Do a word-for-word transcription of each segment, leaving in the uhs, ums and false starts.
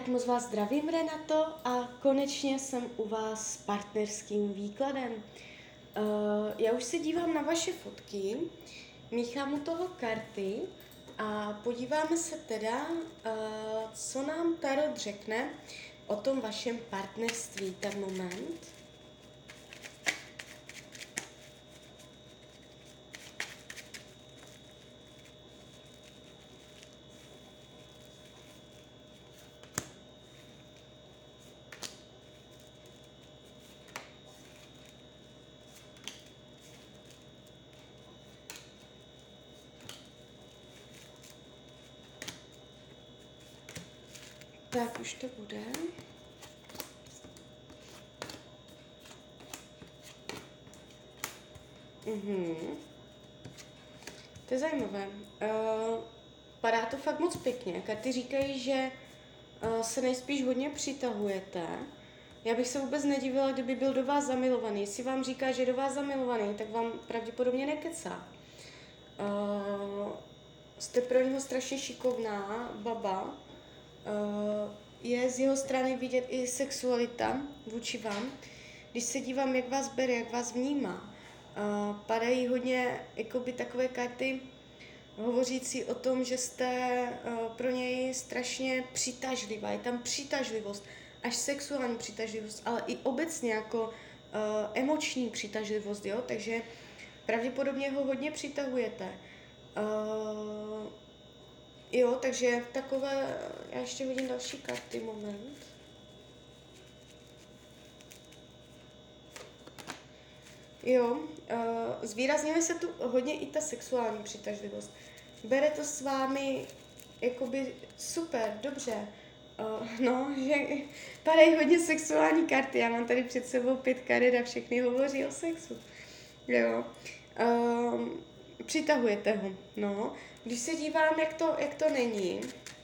Tak moc vás zdravím, Renato, a konečně jsem u vás s partnerským výkladem. Uh, já už se dívám na vaše fotky, míchám u toho karty a podíváme se teda, uh, co nám Tarot řekne o tom vašem partnerství. Ten moment. Tak už to bude. Mhm. To je zajímavé. Uh, padá to fakt moc pěkně. Karty říkají, že uh, se nejspíš hodně přitahujete. Já bych se vůbec nedivila, kdyby byl do vás zamilovaný. Jestli vám říká, že je do vás zamilovaný, tak vám pravděpodobně nekecá. Uh, jste pro něho strašně šikovná baba. Uh, je z jeho strany vidět i sexualita vůči vám. Když se dívám, jak vás bere, jak vás vnímá, uh, padají hodně jakoby takové karty hovořící o tom, že jste uh, pro něj strašně přitažlivá. Je tam přitažlivost, až sexuální přitažlivost, ale i obecně jako uh, emoční přitažlivost, jo? Takže pravděpodobně ho hodně přitahujete. Uh, jo, takže takové, já ještě vidím další karty, moment. Jo, uh, zvýrazňuje se tu hodně i ta sexuální přitažlivost. Bere to s vámi jakoby super, dobře. Uh, no, že padají hodně sexuální karty, já mám tady před sebou pět karet a všechny hovoří o sexu. Jo. Uh, přitahujete ho, no. Když se dívám, jak to, jak to není,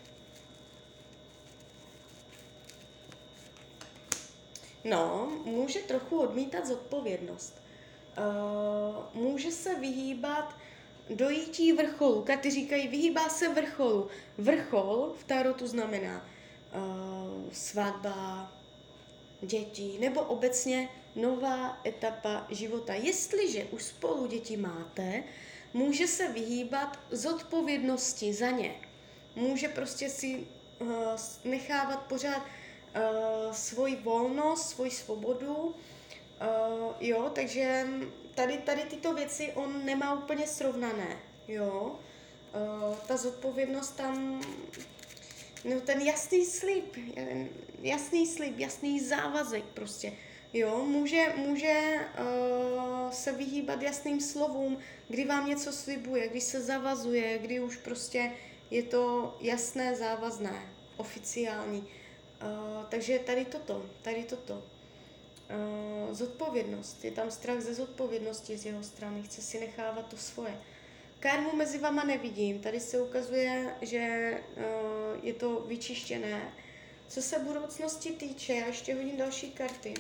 no, může trochu odmítat zodpovědnost. Uh, může se vyhýbat dojítí vrcholu. Karty říkají, vyhýbá se vrcholu. Vrchol v tarotu znamená uh, svatba, děti, nebo obecně nová etapa života. Jestliže už spolu děti máte, může se vyhýbat zodpovědnosti za ně. Může prostě si uh, nechávat pořád uh, svoji volnost, svoji svobodu. Uh, jo, takže tady, tady tyto věci on nemá úplně srovnané. Jo. Uh, ta zodpovědnost tam, no ten jasný slib, jasný slib, jasný závazek prostě. Jo, může, může uh, se vyhýbat jasným slovům, kdy vám něco slibuje, kdy se zavazuje, kdy už prostě je to jasné, závazné, oficiální. Uh, takže tady toto, tady toto. Uh, zodpovědnost, je tam strach ze zodpovědnosti z jeho strany, chce si nechávat to svoje. Karmu mezi vama nevidím, tady se ukazuje, že uh, je to vyčištěné. Co se budoucnosti týče, já ještě hodím další karty.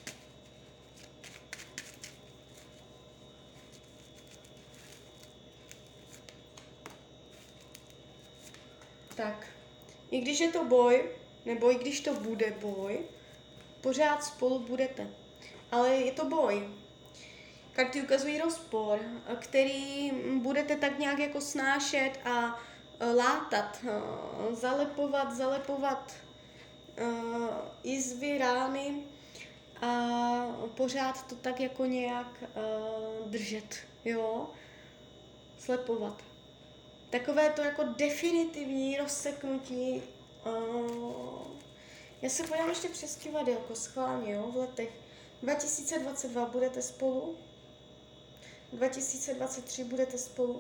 Tak, i když je to boj, nebo i když to bude boj, pořád spolu budete. Ale je to boj. Karty ukazují rozpor, který budete tak nějak jako snášet a látat, zalepovat, zalepovat jizvy, rány a pořád to tak jako nějak držet, jo, slepovat. Takové to jako definitivní rozseknutí. Já se podívám ještě přes kivadelko schválně, jo, v letech. dva tisíce dvacet dva budete spolu, dva tisíce dvacet tři budete spolu.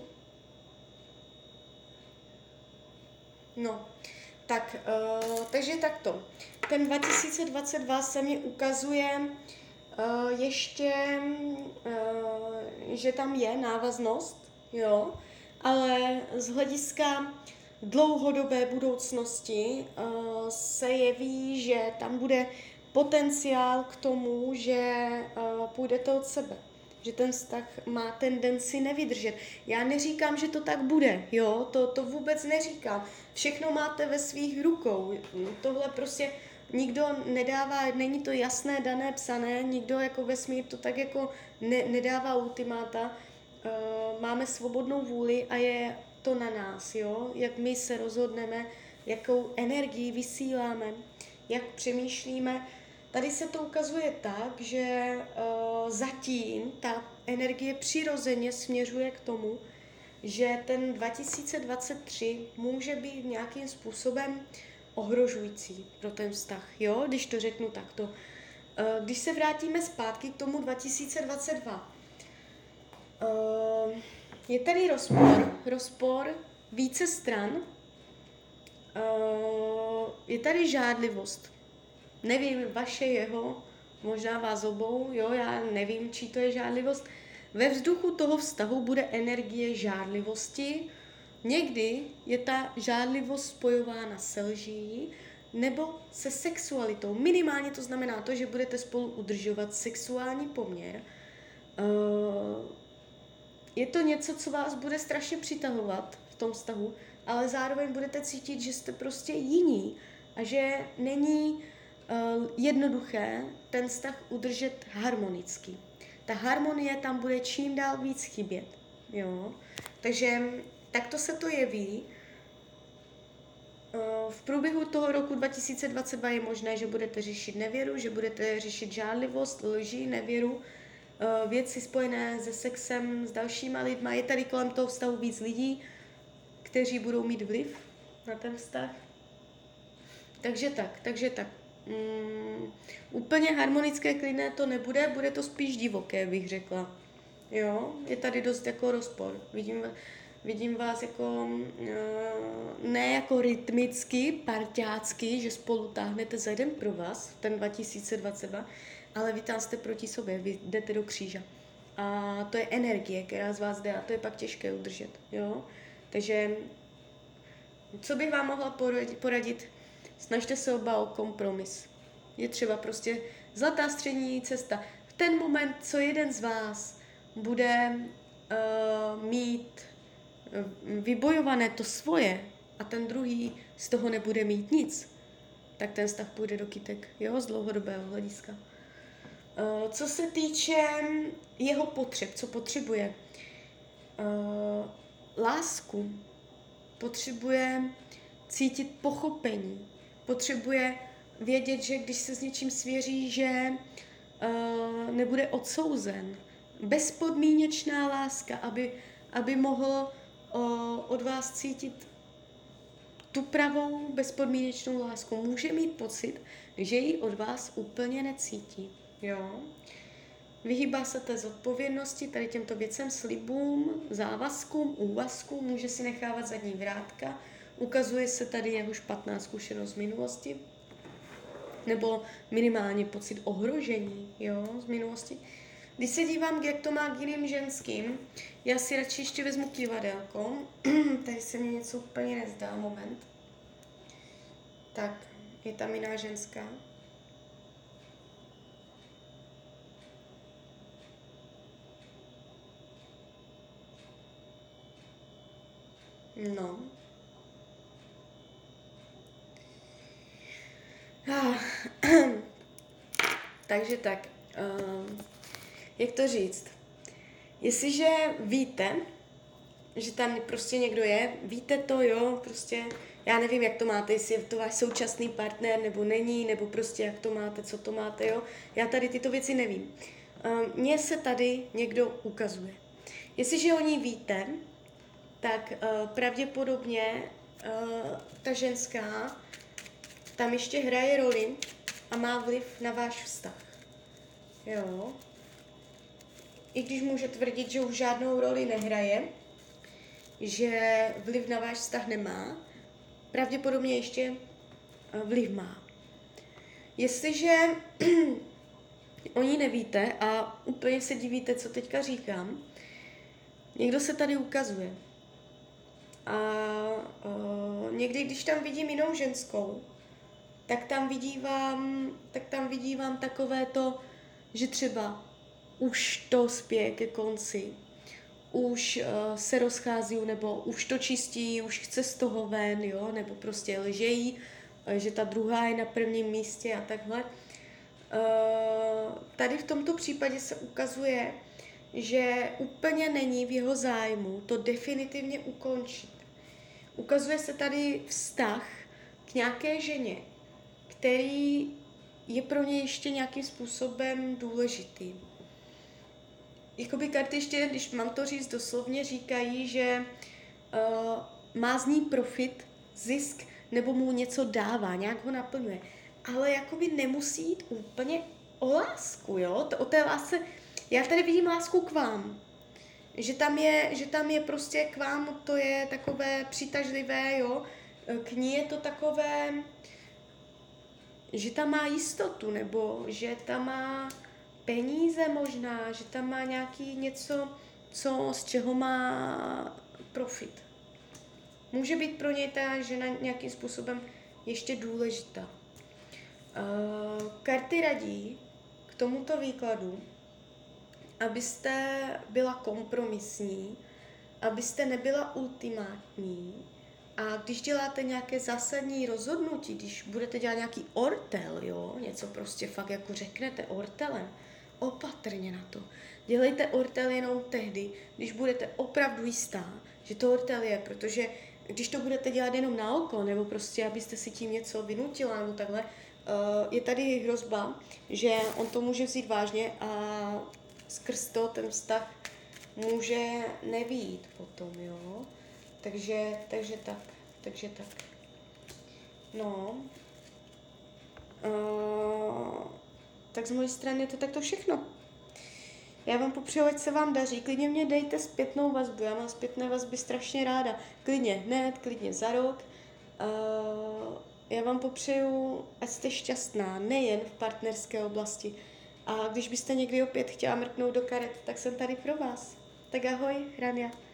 No, tak, uh, takže takto. Ten dva tisíce dvacet dva se mi ukazuje uh, ještě, uh, že tam je návaznost, jo, ale z hlediska dlouhodobé budoucnosti uh, se jeví, že tam bude potenciál k tomu, že uh, půjdete od sebe. že ten vztah má tendenci nevydržet. Já neříkám, že to tak bude, jo, to, to vůbec neříkám. Všechno máte ve svých rukou. Tohle prostě nikdo nedává, není to jasné, dané, psané, nikdo jako vesmír to tak jako ne, nedává ultimáta. Uh, máme svobodnou vůli a je to na nás, jo, jak my se rozhodneme, jakou energii vysíláme, jak přemýšlíme. Tady se to ukazuje tak, že uh, zatím ta energie přirozeně směřuje k tomu, že ten dva tisíce dvacet tři může být nějakým způsobem ohrožující pro ten vztah, jo, když to řeknu takto. Uh, když se vrátíme zpátky k tomu dva tisíce dvacet dva, uh, je tady rozpor, rozpor více stran, uh, je tady žádlivost. Nevím, vaše, jeho, možná vás obou, jo, já nevím, čí to je žádlivost. Ve vzduchu toho vztahu bude energie žádlivosti. Někdy je ta žádlivost spojována se lží nebo se sexualitou. Minimálně to znamená to, že budete spolu udržovat sexuální poměr. Je to něco, co vás bude strašně přitahovat v tom vztahu, ale zároveň budete cítit, že jste prostě jiní a že není Uh, jednoduché ten vztah udržet harmonicky. Ta harmonie tam bude čím dál víc chybět. Jo? Takže takto se to jeví. Uh, v průběhu toho roku dva tisíce dvacet dva je možné, že budete řešit nevěru, že budete řešit žádlivost, lži, nevěru, uh, věci spojené se sexem, s dalšíma lidma. Je tady kolem toho vztahu víc lidí, kteří budou mít vliv na ten vztah. Takže tak, takže tak. Mm, úplně harmonické, klidné to nebude, bude to spíš divoké, bych řekla. Jo, je tady dost jako rozpor. Vidím, vidím vás jako, ne jako rytmicky, parťácky, že spolu táhnete za jeden pro vás, ten dva tisíce dvacet dva, ale vy tam jste proti sobě, vy jdete do kříže. A to je energie, která z vás jde a to je pak těžké udržet. Jo? Takže, co bych vám mohla poradit, poradit snažte se oba o kompromis. Je třeba prostě zlatá střední cesta. V ten moment, co jeden z vás bude uh, mít uh, vybojované to svoje a ten druhý z toho nebude mít nic, tak ten vztah půjde do kytek, jo, z dlouhodobého hlediska. Uh, co se týče jeho potřeb, co potřebuje? Uh, lásku. Potřebuje cítit pochopení. Potřebuje vědět, že když se s něčím svěří, že uh, nebude odsouzen. Bezpodmínečná láska, aby, aby mohl uh, od vás cítit tu pravou bezpodmínečnou lásku. Může mít pocit, že ji od vás úplně necítí. Jo? Vyhýbá se té zodpovědnosti, tady těmto věcem, slibům, závazkům, úvazkům, může si nechávat zadní vrátka. Ukazuje se tady jeho špatná zkušenost z minulosti, nebo minimálně pocit ohrožení, jo, z minulosti. Když se dívám, jak to má k jiným ženským, já si radši ještě vezmu kivadelko, tady se mi něco úplně nezdá, moment. Tak, je tam jiná ženská. No. Ah. Takže tak, uh, jak to říct? Jestliže víte, že tam prostě někdo je, víte to, jo, prostě, já nevím, jak to máte, jestli je to váš současný partner, nebo není, nebo prostě jak to máte, co to máte, jo, já tady tyto věci nevím. Uh, mně se tady někdo ukazuje. Jestliže o ní víte, tak uh, pravděpodobně uh, ta ženská tam ještě hraje roli a má vliv na váš vztah. Jo. I když může tvrdit, že už žádnou roli nehraje, že vliv na váš vztah nemá, pravděpodobně ještě vliv má. Jestliže o ní nevíte a úplně se divíte, co teďka říkám, někdo se tady ukazuje. A uh, někdy, když tam vidím jinou ženskou, tak tam vidívám, tak tam vidívám takové to, že třeba už to spěje ke konci, už uh, se rozchází, nebo už to čistí, už chce z toho ven, jo, nebo prostě lžejí, uh, že ta druhá je na prvním místě a takhle. Uh, tady v tomto případě se ukazuje, že úplně není v jeho zájmu to definitivně ukončit. Ukazuje se tady vztah k nějaké ženě, který je pro ně ještě nějakým způsobem důležitý. Jakoby karty ještě, když mám to říct doslovně, říkají, že uh, má z ní profit, zisk, nebo mu něco dává, nějak ho naplňuje. Ale jakoby nemusí jít úplně o lásku, jo? To, o té lásce, já tady vidím lásku k vám. Že tam je, že tam je prostě k vám, to je takové přitažlivé, jo? K ní je to takové, že tam má jistotu, nebo že tam má peníze možná, že tam má nějaký něco, co, z čeho má profit. Může být pro něj ta žena nějakým způsobem ještě důležitá. Uh, karty radí k tomuto výkladu, abyste byla kompromisní, abyste nebyla ultimátní, a když děláte nějaké zásadní rozhodnutí, když budete dělat nějaký ortel, jo, něco prostě fakt jako řeknete ortelem, opatrně na to. Dělejte ortel jenom tehdy, když budete opravdu jistá, že to ortel je, protože když to budete dělat jenom na oko, nebo prostě abyste si tím něco vynutila, nebo takhle, je tady hrozba, že on to může vzít vážně a skrz to ten vztah může nevýjít potom, jo. Takže, takže tak, takže tak. No, uh, tak z mojej strany je to takto všechno. Já vám popřeju, ať se vám daří. Klidně mě dejte zpětnou vazbu, já mám zpětné vazby strašně ráda. Klidně hned, klidně za rok. Uh, já vám popřeju, ať jste šťastná, nejen v partnerské oblasti. A když byste někdy opět chtěla mrknout do karet, tak jsem tady pro vás. Tak ahoj, Rania.